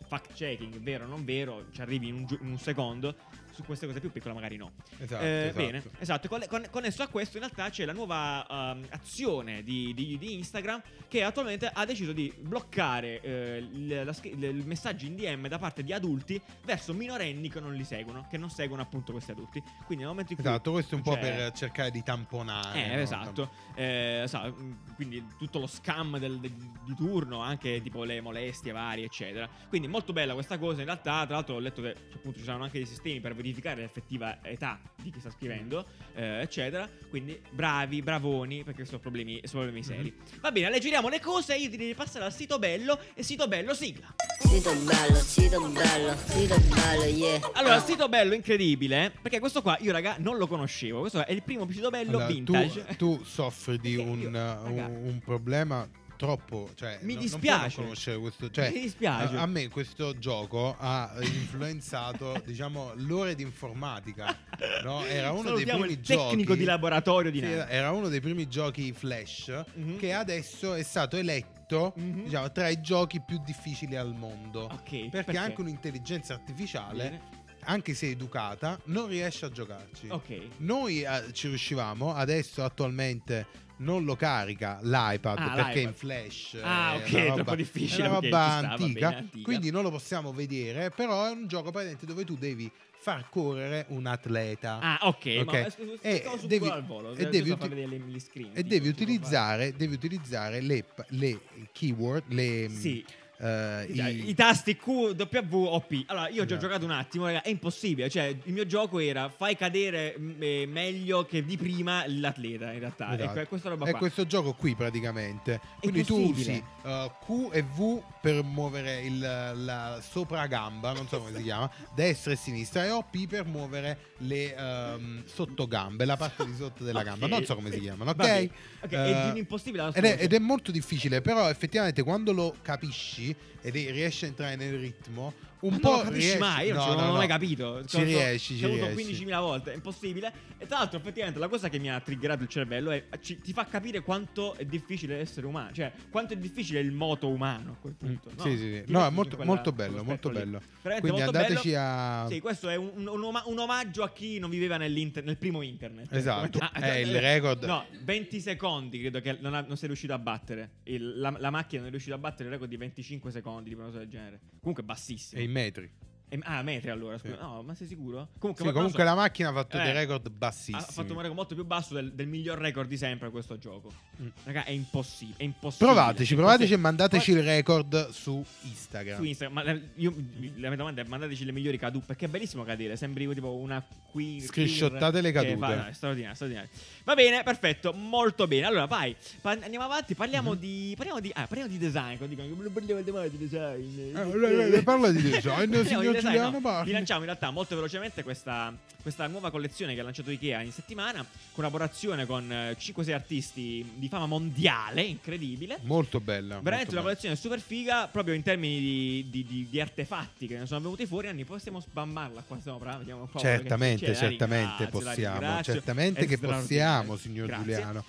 fact checking, vero o non vero, ci arrivi in un, gi- in un secondo. Su queste cose più piccole magari no. Esatto, Eh, esatto. Bene, esatto. Con- con- connesso a questo in realtà c'è la nuova um, azione di, di- di Instagram, che attualmente ha deciso di bloccare eh, il, la sch- il messaggio in D M da parte di adulti verso minorenni che non li seguono, che non seguono appunto questi adulti. Quindi nel momento in cui Esatto, questo è un po' c'è- per cercare di tamponare. eh, no? esatto. Eh, sa- quindi tutto lo scam del- de- di turno, anche tipo le molestie varie, eccetera. Quindi molto bella questa cosa. In realtà, tra l'altro, ho letto che appunto ci saranno anche dei sistemi per verificare l'effettiva età di chi sta scrivendo, eh, eccetera. Quindi bravi, bravoni, perché sono problemi, sono problemi seri. Va bene, alleggeriamo le cose. Io direi di passare al sito bello. E sito bello, sigla. Sito bello, sito bello, sito bello, yeah. Allora, sito bello incredibile, perché questo qua io, raga, non lo conoscevo. Questo è il primo sito bello Allora, vintage. Tu, tu soffri di Perché un, io, raga, un, un problema troppo, cioè Mi no- dispiace. non puoi non conoscere questo, cioè, Mi dispiace. a, a me questo gioco ha influenzato diciamo l'ore di informatica, no? Era uno dei Salutiamo primi il tecnico giochi di laboratorio di sì, Nando. era uno dei primi giochi Flash Mhm. che adesso è stato eletto Mhm. diciamo tra i giochi più difficili al mondo. Ok, perché, perché? anche un'intelligenza artificiale, Bene. anche se educata, non riesce a giocarci. Ok. Noi eh, ci riuscivamo, adesso attualmente non lo carica l'iPad Ah, perché l'iPad. in flash Ah, è ok, una è roba, troppo difficile, è una ok, roba ci sta, va antica, bene, antica. quindi non lo possiamo vedere, però è un gioco praticamente dove tu devi far correre un atleta. Ah, ok, Ok. ma eh, scusa, E cercavo su devi- Google al volo, e giusto devi per far uti- vedere le- gli screen, e tipo, devi si può utilizzare, devi utilizzare le, le keyword, le fare. Sì. eh, Cioè, i- I tasti Q, W o P. Allora, io ho già Esatto. giocato un attimo, raga, è impossibile. Cioè, il mio gioco era fai cadere m- eh, meglio che di prima l'atleta, in realtà. Esatto. E que- questa roba è qua. questo gioco qui praticamente. Quindi tu impossibile. usi uh, Q e V per muovere il, la sopragamba, non so come si chiama, destra e sinistra, e O P per muovere le um, sottogambe, la parte di sotto della Ok. gamba, non so come si chiamano, Va bene. ok? Ok, Eh, è di un impossibile la ed, è, scuola. ed è molto difficile, però effettivamente quando lo capisci e riesci a entrare nel ritmo, un Ma po' non lo capisci riesci- mai, io no, non, ci- non no, ho no. mai capito. Ci riesci, ci ci ho avuto riesci. quindicimila volte, è impossibile. E tra l'altro, effettivamente, la cosa che mi ha triggerato il cervello è ci- ti fa capire quanto è difficile essere umano, cioè quanto è difficile il moto umano a quel punto. no? Sì, sì, sì. Ti No, metti è molto, in quella- molto in quello bello, molto spettro lì. bello. Veramente Quindi molto andateci bello. a... Sì, questo è un, un- un oma- un omaggio a chi non viveva nell'inter- nel primo internet. Esatto. Come- Eh, il record- No, venti secondi credo che non, ha- non sei riuscito a battere. Il- la, la macchina non è riuscita a battere il record di venticinque secondi, tipo una cosa del genere. Comunque bassissimo. E in metri. E- ah, metri allora, scusa. Sì. No, ma sei sicuro? Comunque, Sì, ma- non comunque so. la macchina ha fatto Eh, dei record Ha bassissimi. fatto un record molto più basso del, del miglior record di sempre questo gioco. Mm. Raga, è impossibile. È impossibile. Provateci, È provateci e impossibile. mandateci Poi- il record su Instagram. su Instagram. Ma la- io, la mia domanda è: mandateci le migliori cadute. Perché è bellissimo cadere. Sembri tipo una qui. Screenshottate le cadute. Fa, no, è straordinario, straordinario. Va bene, perfetto. Molto bene. Allora, vai. Pa- andiamo avanti. Parliamo Mhm. di. Parliamo di. Ah, parliamo di design. Quando dicono parliamo di design. Eh, eh, eh, parla di design, Parliamo signor di design, Giuliano no. Barni. Vi lanciamo in realtà molto velocemente questa, questa nuova collezione che ha lanciato Ikea in settimana. Collaborazione con cinque sei artisti di fama mondiale. Incredibile. Molto bella. Veramente molto una collezione super figa, proprio in termini di, di- di- di artefatti che ne sono venuti fuori. Anni, possiamo spammarla qua sopra? Vediamo un po'. Certamente, che c'è. La certamente ringrazio, la possiamo. ringrazio. Certamente È che straordinario. possiamo, signor Grazie. Giuliano.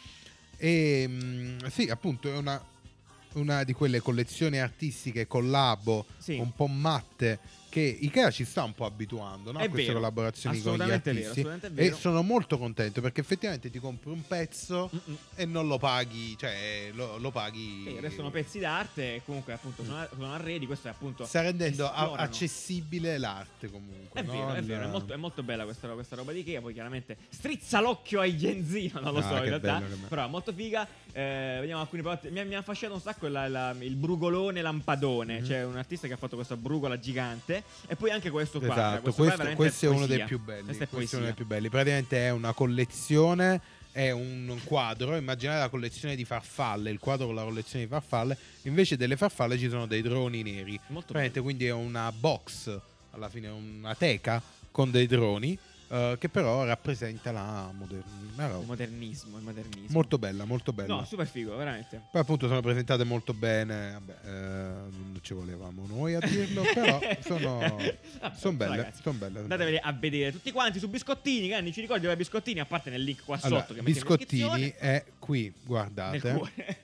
E mm, sì, appunto, è una, una di quelle collezioni artistiche collabo Sì. un po' matte che Ikea ci sta un po' abituando, no? È a queste vero. collaborazioni con gli Assolutamente vero, artisti. assolutamente E vero. sono molto contento perché effettivamente ti compri un pezzo Mm-mm. e non lo paghi, cioè lo, lo paghi. Sì, restano pezzi d'arte e comunque appunto sono, sono arredi. Questo è appunto Sta rendendo a- esplorano. accessibile l'arte comunque. È no? vero, è Il- vero, è molto, è molto bella questa, questa roba di Ikea. Poi chiaramente strizza l'occhio ai Gen Z, ma non lo Ah, so in che realtà. bello, che bello. Però è molto figa. Eh, vediamo alcuni prodotti. Mi, ha- mi ha affascinato un sacco la- la- il brugolone lampadone. Mhm. C'è un artista che ha fatto questa brugola gigante. E poi anche questo qua. Esatto, questo, qua questo, veramente questo è uno poesia. dei più belli. Questa è Questo è uno poesia. dei più belli. Praticamente è una collezione, è un quadro. Immaginate la collezione di farfalle, il quadro con la collezione di farfalle. Invece delle farfalle ci sono dei droni neri. Molto Praticamente quindi è una box, alla fine una teca con dei droni. eh, che però rappresenta la modernità. Il modernismo, il modernismo. Molto bella, molto bella. No, super figo, veramente. Poi appunto sono presentate molto bene. Vabbè, eh, non ci volevamo noi a dirlo, però sono, Vabbè, son belle, ragazzi, son belle. son Andateveli belle. a vedere tutti quanti su Biscottini. Che anni ci ricordi dove Biscottini? A parte nel link qua Allora, sotto. Che mettiamo in Biscottini descrizione. è qui, guardate. Nel cuore. Qui.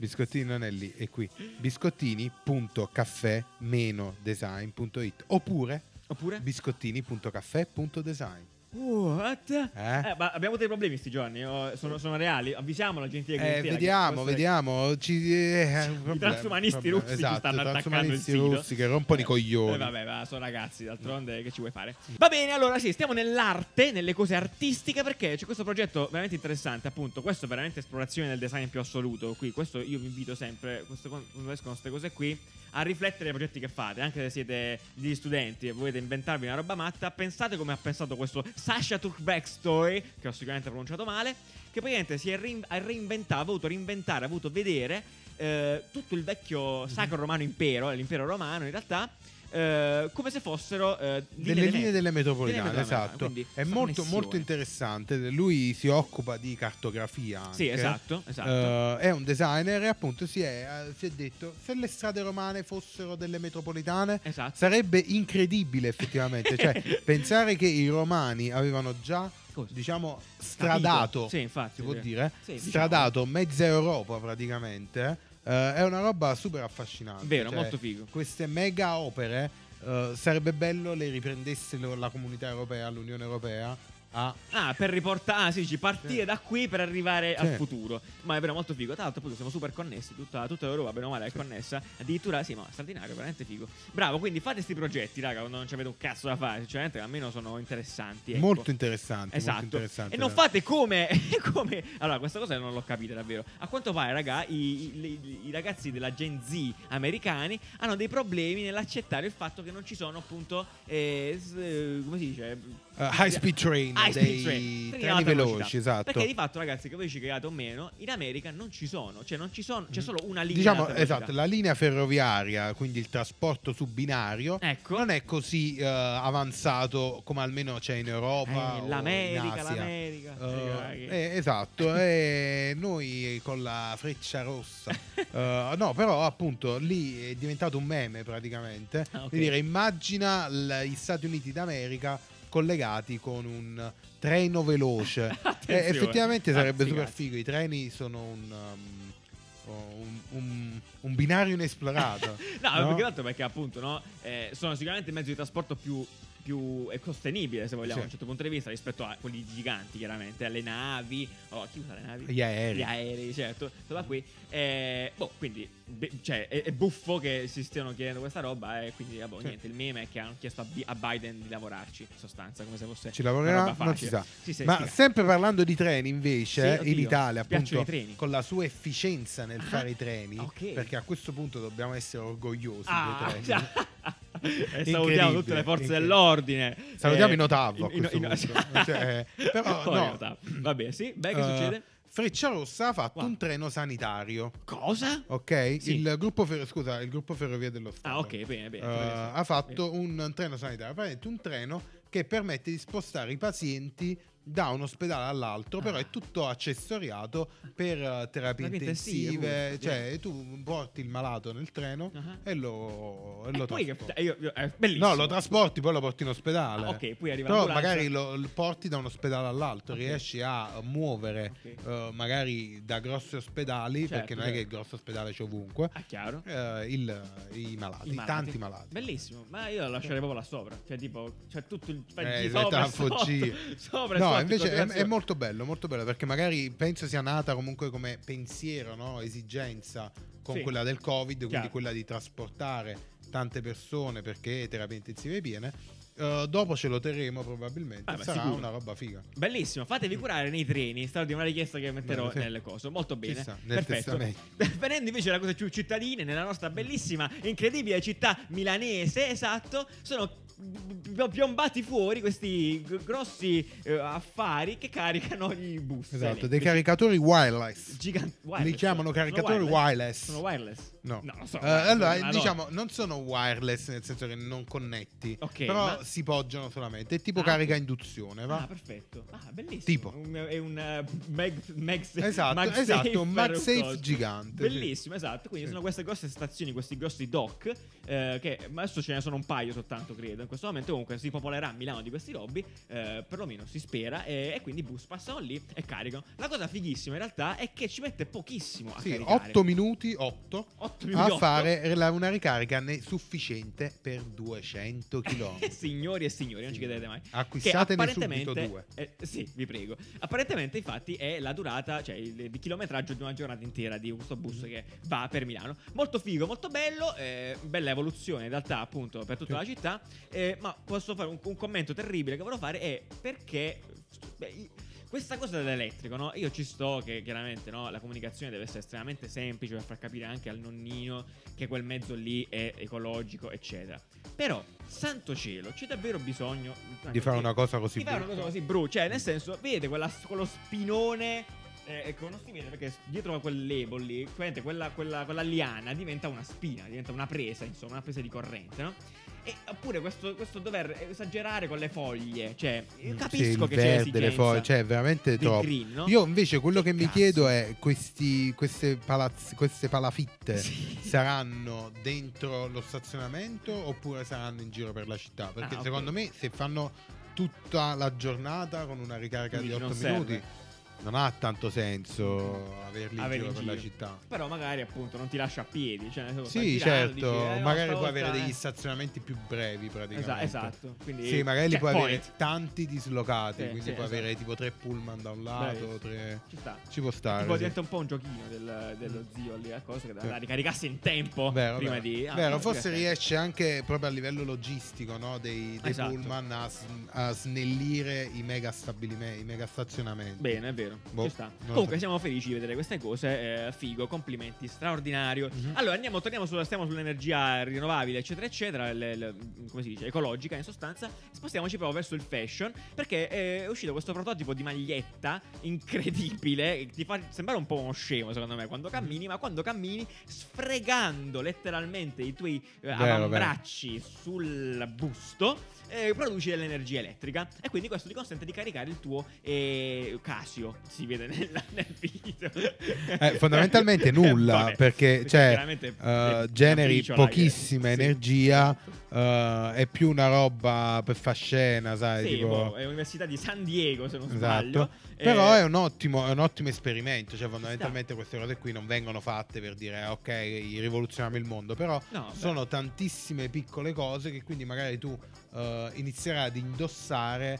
Biscottini non è lì, è qui. biscottini punto caffè design punto it oppure Oppure? biscottini punto caffè punto design. Uh, what? Eh? Eh, ma abbiamo dei problemi sti giorni, oh, sono, sono reali. Avvisiamo la gentile Eh, clientela. vediamo, che vediamo. Ci, eh, un problema, transumanisti un problema. russi ci Esatto, stanno i attaccando il transumanisti sito. russi che rompono i coglioni. Eh, vabbè, ma sono ragazzi, d'altronde che ci vuoi fare? Va bene, allora sì, stiamo nell'arte, nelle cose artistiche, perché c'è questo progetto veramente interessante, appunto. Questo è veramente esplorazione del design più assoluto. Qui, questo io vi invito sempre, questo, quando escono queste cose qui, a riflettere ai progetti che fate. Anche se siete degli studenti e volete inventarvi una roba matta, pensate come ha pensato questo Sasha Turkback Story, che ho sicuramente pronunciato male, che praticamente si è rein- ha reinventato, ha voluto reinventare, ha voluto vedere eh, tutto il vecchio Sacro Romano Impero, l'impero romano in realtà, eh, come se fossero eh, linee delle de- linee delle metropolitane, delle esatto. quindi È sta molto, connessione. molto interessante. Lui si occupa di cartografia anche. Sì, esatto, esatto. Eh, è un designer e appunto si è, eh, si è detto: se le strade romane fossero delle metropolitane, Esatto. sarebbe incredibile effettivamente. Cioè, pensare che i romani avevano già, Cosa? diciamo, stradato, Capito. Sì, infatti, si può sì. dire, Sì, diciamo. stradato mezza Europa praticamente. eh, è una roba super affascinante. Vero, Cioè, molto figo. queste mega opere, eh, sarebbe bello le riprendesse lo- la comunità europea, l'Unione Europea a... Ah, per riportare, ah, sì, dici, partire Sì. da qui per arrivare al Sì. futuro. Ma è vero, molto figo. Tra l'altro, poi siamo super connessi. Tutta, tutta l'Europa, bene o male, è connessa. Addirittura, sì, ma straordinario, veramente figo. Bravo, quindi fate sti progetti, raga, quando non ci avete un cazzo da fare. Sinceramente, almeno sono interessanti. Ecco. Molto interessanti, Esatto. molto interessanti. E non fate come, come. Allora, questa cosa non l'ho capita davvero. A quanto pare, raga, i, i- i ragazzi della Gen Z americani hanno dei problemi nell'accettare il fatto che non ci sono, appunto, eh, s- eh, come si dice? Uh, high speed train, High speed dei train, treni di alta veloci, velocità. esatto. Perché di fatto, ragazzi, che voi ci cagate o meno, in America non ci sono. Cioè, non ci sono, c'è solo una linea. Diciamo, di alta velocità. esatto, la linea ferroviaria, quindi il trasporto su binario, Ecco. non è così eh, avanzato come almeno c'è in Europa Eh, o l'America, in Asia. l'America. Eh, Eh, ragazzi. eh, esatto, e noi con la freccia rossa. Eh, no, però appunto lì è diventato un meme praticamente. Ah, ok. Di dire, immagina l- gli Stati Uniti d'America collegati con un treno veloce. E Attenzione. effettivamente sarebbe Anzi, super cazzo. figo. I treni sono un, um, un, un- un binario inesplorato. No, no? perché tanto perché appunto no, eh, sono sicuramente il mezzo di trasporto più, più eh, sostenibile, se vogliamo, Sì. da un certo punto di vista, rispetto a quelli giganti, chiaramente, alle navi. Oh, chi usa le navi? Gli aerei. Gli aerei, certo. Tutto da qui. Eh, boh, quindi, be- cioè, è, è buffo che si stiano chiedendo questa roba. E quindi, vabbè, Sì. niente. Il meme è che hanno chiesto a, Bi- a Biden di lavorarci, in sostanza, come se fosse Ci una lavorerà? roba Non si facile. sa. Sì, sì, Ma sti cazzi. sempre parlando di treni, invece, Sì, oddio, in Italia, mi piacciono appunto, i treni. con la sua efficienza nel Ah, fare i treni, ok. perché a questo punto dobbiamo essere orgogliosi Ah, dei treni. e salutiamo tutte le forze incredibile. dell'ordine. Salutiamo Eh, i Notavo a in- questo in- punto. Cioè, però, Poi no. Notavo. Vabbè, sì. Beh, che Eh, succede? Freccia Rossa ha fatto Wow. un treno sanitario. Cosa? Ok? Sì. Il gruppo fer- scusa, il gruppo Ferrovie dello Stato. Ah, ok, bene, bene. Eh, ha fatto un treno sanitario, praticamente un treno che permette di spostare i pazienti da un ospedale all'altro, però Ah. è tutto accessoriato per eh, terapie Terapie intensive, intensive, pure, cioè tu porti il malato nel treno Ah. e lo, e E lo poi che, trasporti. io, io- è bellissimo. No, lo trasporti, poi lo porti in ospedale. Ah, ok, poi arriva Però l'ambulanza. magari lo, lo porti da un ospedale all'altro, Ok. riesci a muovere Ok. eh, magari da grossi ospedali, Certo, perché non è che certo. il grosso ospedale c'è ovunque, Ah, chiaro. eh, il- i malati, I malati. tanti malati. Bellissimo, ma io la lascerei proprio là sopra. Cioè, tipo, cioè tutto il Eh, sopra, diventa sotto, foggia. sopra e No, sotto, invece è, continuazione. è molto bello, molto bello, perché magari penso sia nata comunque come pensiero, no? Esigenza con Sì. quella del Covid, quindi Chiaro. quella di trasportare tante persone perché terapie intensive piene. Eh, dopo ce lo terremo probabilmente, Ah, beh, sarà sicuro. una roba figa. Bellissimo, fatevi curare nei treni. Sta di una richiesta che metterò Bello, sì. nelle cose. Molto bene. sta, nel Perfetto. testamento. Venendo invece alle cose più cittadine, nella nostra bellissima, incredibile città milanese, esatto, sono pi- piombati fuori questi g- grossi eh, affari che caricano i bus. Esatto, dei elettrici. caricatori wireless. Giganti. Li chiamano caricatori wireless. Sono wireless? No, No, non so. Eh, allora Ma no. diciamo non sono wireless nel senso che non connetti, Ok, però ma- si poggiano solamente. È tipo Ah, carica ok. induzione, va? Ah, perfetto. Ah, bellissimo. Tipo. Un- è un eh, mag, mag, Esatto, MagSafe esatto, un per MagSafe cosa. gigante, sì. Bellissimo, esatto. Quindi Sì. sono queste grosse stazioni, questi grossi dock. eh, che ma adesso ce ne sono un paio soltanto, credo. in questo momento, comunque si popolerà Milano di questi lobby, eh, perlomeno si spera, e, e quindi i bus passano lì e caricano. La cosa fighissima in realtà è che ci mette pochissimo a Sì, caricare. otto minuti, otto otto minuti, a otto. fare la- una ricarica ne- sufficiente per duecento chilometri. Signori e signori, non ci chiedete mai. Acquistatene Che subito apparentemente- due. eh, sì, vi prego. Apparentemente, infatti, è la durata, cioè il di chilometraggio di una giornata intera di questo bus che va per Milano. Molto figo, molto bello, eh, bella evoluzione in realtà, appunto, per tutta Sì. la città. Eh, ma posso fare un, un commento terribile che volevo fare è perché beh, i- questa cosa dell'elettrico, no? Io ci sto che chiaramente, no, la comunicazione deve essere estremamente semplice per far capire anche al nonnino che quel mezzo lì è ecologico, eccetera. Però, santo cielo, c'è davvero bisogno Di fare una cosa così di fare una brutta. cosa così bru, cioè nel senso, vedete quella, quello spinone, eh, ecco, non si vede perché dietro a quel label lì, vedete, quella, quella, quella liana diventa una spina, diventa una presa, insomma, una presa di corrente, no? E oppure questo, questo dover esagerare con le foglie, cioè io Sì, capisco il che c'è verde, l'esigenza le foglie, cioè veramente di troppo. green, no? Io invece quello Che che, mi cazzo? chiedo è questi, queste, palazzi, queste palafitte Sì. saranno dentro lo stazionamento oppure saranno in giro per la città? Perché Ah, ok. secondo me se fanno tutta la giornata con una ricarica Quindi di non otto serve. minuti non ha tanto senso averli in Avere giro in per la giro. città. Però magari appunto non ti lascia a piedi, cioè nel senso, Sì, stai girando, certo, dici, eh, no, magari puoi stavolta, avere eh. degli stazionamenti più brevi praticamente. Esa- esatto, quindi Sì, magari li puoi checkpoint. avere tanti dislocati, Sì, quindi sì, puoi esatto. avere tipo tre pullman da un lato, Bravissimo. tre... Ci sta. Ci può stare. Tipo sì. diventa un po' un giochino del- dello zio lì, a cosa che Sì. la ricaricasse in tempo Vero, prima vero. di ah, Vero, no, forse divertente. riesce anche proprio a livello logistico, no, dei, dei Esatto. pullman a, s- a snellire i mega stabilimenti, i mega stazionamenti. Bene, è vero, Boh, ci sta. non lo Comunque so. siamo felici di vedere queste cose, eh, figo, complimenti, straordinario. Mhm. Allora andiamo, torniamo sulla, stiamo sull'energia rinnovabile, eccetera, eccetera, le- le- come si dice, ecologica in sostanza. Spostiamoci proprio verso il fashion, perché è uscito questo prototipo di maglietta incredibile, che ti fa sembrare un po' uno scemo secondo me quando cammini, ma quando cammini sfregando letteralmente i tuoi eh, Vero, avambracci sul busto, eh, produci dell'energia elettrica e quindi questo ti consente di caricare il tuo eh, Casio, si vede nel, nel video. Eh, fondamentalmente nulla, Vabbè, perché cioè, chiaramente eh, è generi una briciola che- pochissima sì, energia, esatto. eh, è più una roba per far scena, sai, Sì, tipo... boh, è l'università di San Diego se non Esatto. sbaglio. Però Eh, è un ottimo, è un ottimo esperimento. Cioè, fondamentalmente queste cose qui non vengono fatte per dire eh, ok, rivoluzioniamo il mondo. Però No, beh. sono tantissime piccole cose che quindi magari tu eh, inizierai ad indossare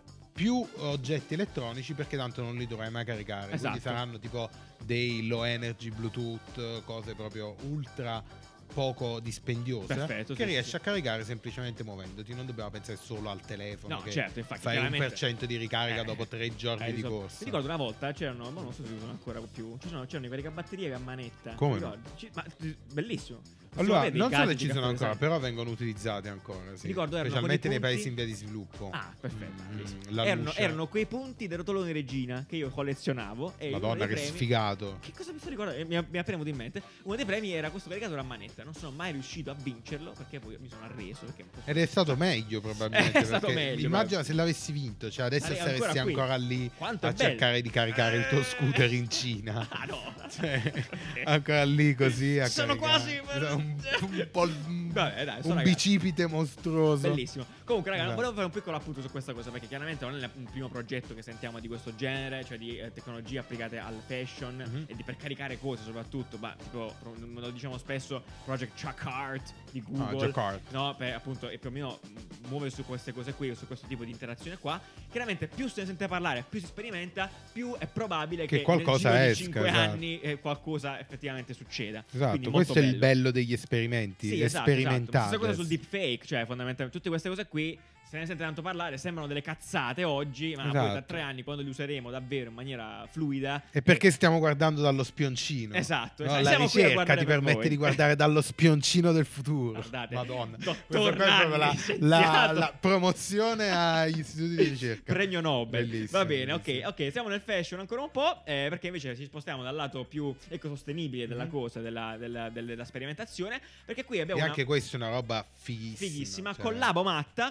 più oggetti elettronici perché tanto non li dovrai mai caricare. Esatto. Quindi saranno tipo dei low energy Bluetooth, cose proprio ultra poco dispendiose Perfetto, che sì, riesci sì. a caricare semplicemente muovendoti. Non dobbiamo pensare solo al telefono No, che certo, infatti, fai un chiaramente- per cento di ricarica Eh, dopo tre giorni hai di risolto. corsa. Mi ricordo una volta c'erano, ma non so se si usano ancora più. Ci sono, c'erano i caricabatterie a manetta. Come Ti no? ricordi? Ci- ma bellissimo. Allora, Sono dei non so se gadget ci sono che ancora, fanno però vengono utilizzati ancora. Sì. Ricordo, erano specialmente quei nei punti- paesi in via di sviluppo. Ah, perfetto. Mm, bellissimo. la erano, luce. erano quei punti del rotolone regina che io collezionavo. E uno Madonna, dei che premi- sfigato. Che cosa mi sto ricordando? Eh, Mi, ha- mi è appena venuto in mente. Uno dei premi era questo caricatore a manetta. Non sono mai riuscito a vincerlo perché poi mi sono arreso. Perché Ed è stato meglio probabilmente. È stato perché meglio, immagina se l'avessi vinto. Cioè adesso Sarei ancora saresti qui. ancora lì Quanto a è bello. cercare di caricare il tuo Eh. scooter in Cina. Ah no. Cioè, ancora lì così a Sono caricare. quasi per- un, un po' un, Vabbè, dai, sono un ragazzi. bicipite mostruoso. Bellissimo. Comunque, raga, Esatto. volevo fare un piccolo appunto su questa cosa, perché chiaramente non è il primo progetto che sentiamo di questo genere, cioè di eh, tecnologie applicate al fashion Mhm. e di per caricare cose soprattutto. Ma tipo, pro- lo diciamo spesso, Project Jacquard di Google. Ah, Jacquard. No, per appunto, e più o meno mh, muove su queste cose qui, su questo tipo di interazione qua. Chiaramente, più se ne sente parlare, più si sperimenta, più è probabile Che che, qualcosa nel giro esca, di cinque esatto. anni eh, qualcosa effettivamente succeda. Esatto, Quindi questo molto è il bello degli esperimenti. Sì, esatto, sperimentare. esatto. Stessa cosa sul deepfake, cioè fondamentalmente tutte queste cose qui se ne sente tanto parlare, sembrano delle cazzate oggi, ma poi Esatto. tra tre anni quando li useremo davvero in maniera fluida. E perché stiamo guardando dallo spioncino? Esatto, No, esatto. la Siamo qui a ricerca guardare ti per permette voi. di guardare dallo spioncino del futuro. Guardate, Madonna. dottor Questa qua è proprio Nanni, la, scienziato. la, la promozione agli istituti di ricerca. Premio Nobel. Bellissimo, Va bene, ok, bellissimo. ok, siamo nel fashion ancora un po', eh, perché invece ci spostiamo dal lato più ecosostenibile della Mhm. cosa, della, della- della- della sperimentazione, perché qui abbiamo E una anche questa è una roba fighissima. fighissima cioè. collabo matta qui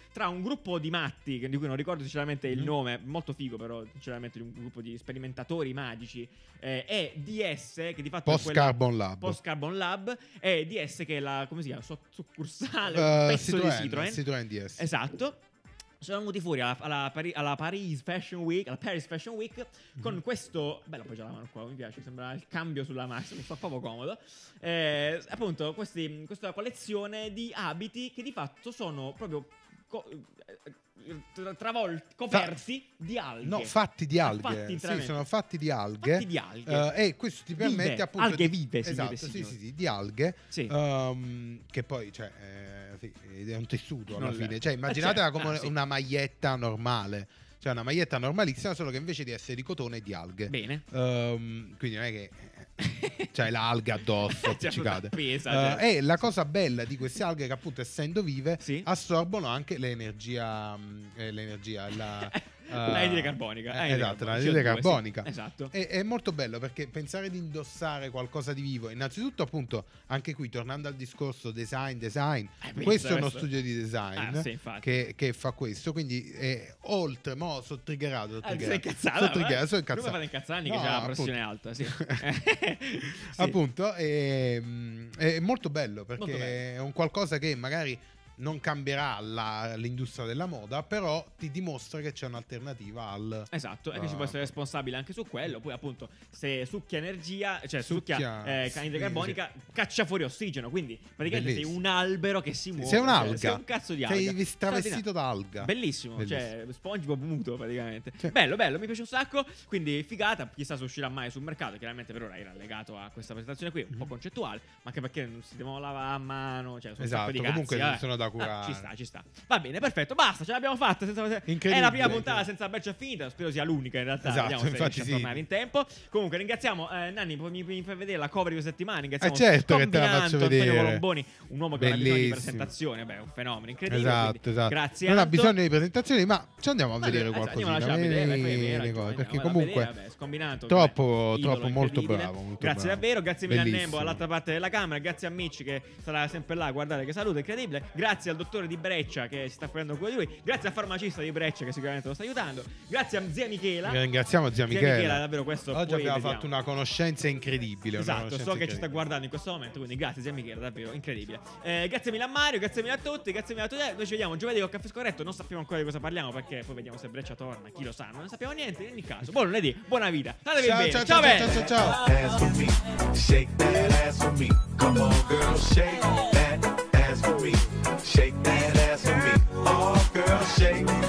tra un gruppo di matti, di cui non ricordo sinceramente il Mm. nome, molto figo però sinceramente, di un gruppo di sperimentatori magici, eh, e D S, che di fatto è Post quella- Carbon Lab. Post Carbon Lab, e D S che è la, come si chiama, So- succursale, Uh, un pezzo Citroën, di Citroën. Citroën D S. Esatto. Sono venuti fuori alla, alla, Pari- alla Paris Fashion Week, alla Paris Fashion Week, con Mhm. questo bello, poi c'è la mano qua, mi piace, sembra il cambio sulla macchina, mi fa proprio comodo. Eh, appunto, questi, questa collezione di abiti che di fatto sono proprio co- eh, tra- travolti, coperti di alghe. No, fatti di alghe. Fatti Sì, interamente. sono fatti di alghe. Fatti di alghe. Eh, e questo ti permette Vive, appunto alghe di- vive, signore esatto, e sì, signori. sì, sì, di alghe. Sì. ehm, che poi, cioè, eh, sì, è un tessuto alla Non fine. le- Cioè, Eh, immaginatela certo, come ah, sì. una maglietta normale. Cioè, una maglietta normalissima, solo che invece di essere di cotone è di alghe. Bene. Ehm, quindi non è che c'hai l'alga addosso C'è appiccicata. una pesa, Eh, certo. e la cosa bella di queste alghe che appunto essendo vive Sì. assorbono anche l'energia mh, eh, l'energia la, L'anidride carbonica. eh, Anidride esatto, carbonica, l'anidride C O due, carbonica. sì, esatto. E- è molto bello perché pensare di indossare qualcosa di vivo, innanzitutto appunto anche qui tornando al discorso design design, Eh, visto, questo è uno questo- studio di design Ah, sì, infatti. che, che fa questo, quindi è oltre, mo sono triggerato, sono Ah, sei triggerato, incazzato? sono triggerato, sono Non mi incazzato. fate incazzare anni No, che c'è la appunto. pressione alta, sì. Sì. Appunto, è, è molto bello perché Molto bello. è un qualcosa che magari non cambierà la- l'industria della moda, però ti dimostra che c'è un'alternativa al Esatto, e che ci può Ah, essere responsabile anche su quello. Poi, appunto, se succhia energia, cioè succhia, Succhia, eh, sì, anidride carbonica, caccia fuori ossigeno. Quindi, praticamente sei Bellissimo. un albero che si muove. sei cioè, un'alga, sei un cazzo di alga. sei travestito da alga. Bellissimo, Bellissimo. cioè SpongeBob muto praticamente. Sì. Bello, bello, mi piace un sacco. Quindi figata, chissà se uscirà mai sul mercato. Chiaramente per ora era legato a questa presentazione qui, un po' concettuale, ma anche perché non si devono lavare a mano, cioè sono un sacco Esatto, di cazzi, comunque vabbè. sono da Ah, curare. ci sta, ci sta. Va bene, perfetto, basta, ce l'abbiamo fatta. Senza... È Incredibile, la prima puntata incredibile. senza Bercia finita, spero sia l'unica in realtà. Esatto, Vediamo se infatti riesce sì. a tornare in tempo. Comunque ringraziamo eh, Nanni, poi mi, mi fai vedere la cover di questa settimana. Ringraziamo Eh, certo che te la Scombinanto, faccio Antonio vedere. Colomboni, un uomo che non ha bisogno di Bellissimo. presentazione, beh, è un fenomeno incredibile. Esatto, quindi esatto. Grazie. Non ha Anto. bisogno di presentazioni, ma ci andiamo a Ma vedere esatto, qualcosina. andiamo a lasciare vedere, vedere fai bene, le ragione, cose, perché andiamo a comunque vedere, vabbè, Scombinato, troppo, vabbè, idolo troppo molto incredibile. bravo, molto Grazie bravo. davvero, grazie mille a Bellissimo. Nembo all'altra parte della camera, grazie a Mitch che sarà sempre là, guardate che saluto, incredibile. Grazie al dottore di Breccia che si sta prendendo cura di lui, grazie al farmacista di Breccia che sicuramente lo sta aiutando, grazie a zia Michela. Ringraziamo zia Zia Michela. Michela, davvero questo Oggi poi abbiamo vediamo. fatto una conoscenza incredibile. una Esatto, conoscenza so che ci sta incredibile. guardando in questo momento, quindi grazie zia Michela, davvero incredibile. Eh, grazie mille a Mario, grazie mille a tutti, grazie mille a tutti. Noi ci vediamo giovedì con Caffè Scorretto, non sappiamo ancora di cosa parliamo perché poi vediamo se Breccia torna, chi lo sa, non ne sappiamo niente in ogni caso. Buon lunedì, buona vita. Statevi Ciao, bene. ciao, ciao, ciao, belli. ciao, ciao, ciao. Ass for me, shake that ass for me. Come on, girl, shake that ass for me. Shake that ass for me. Oh, girl, shake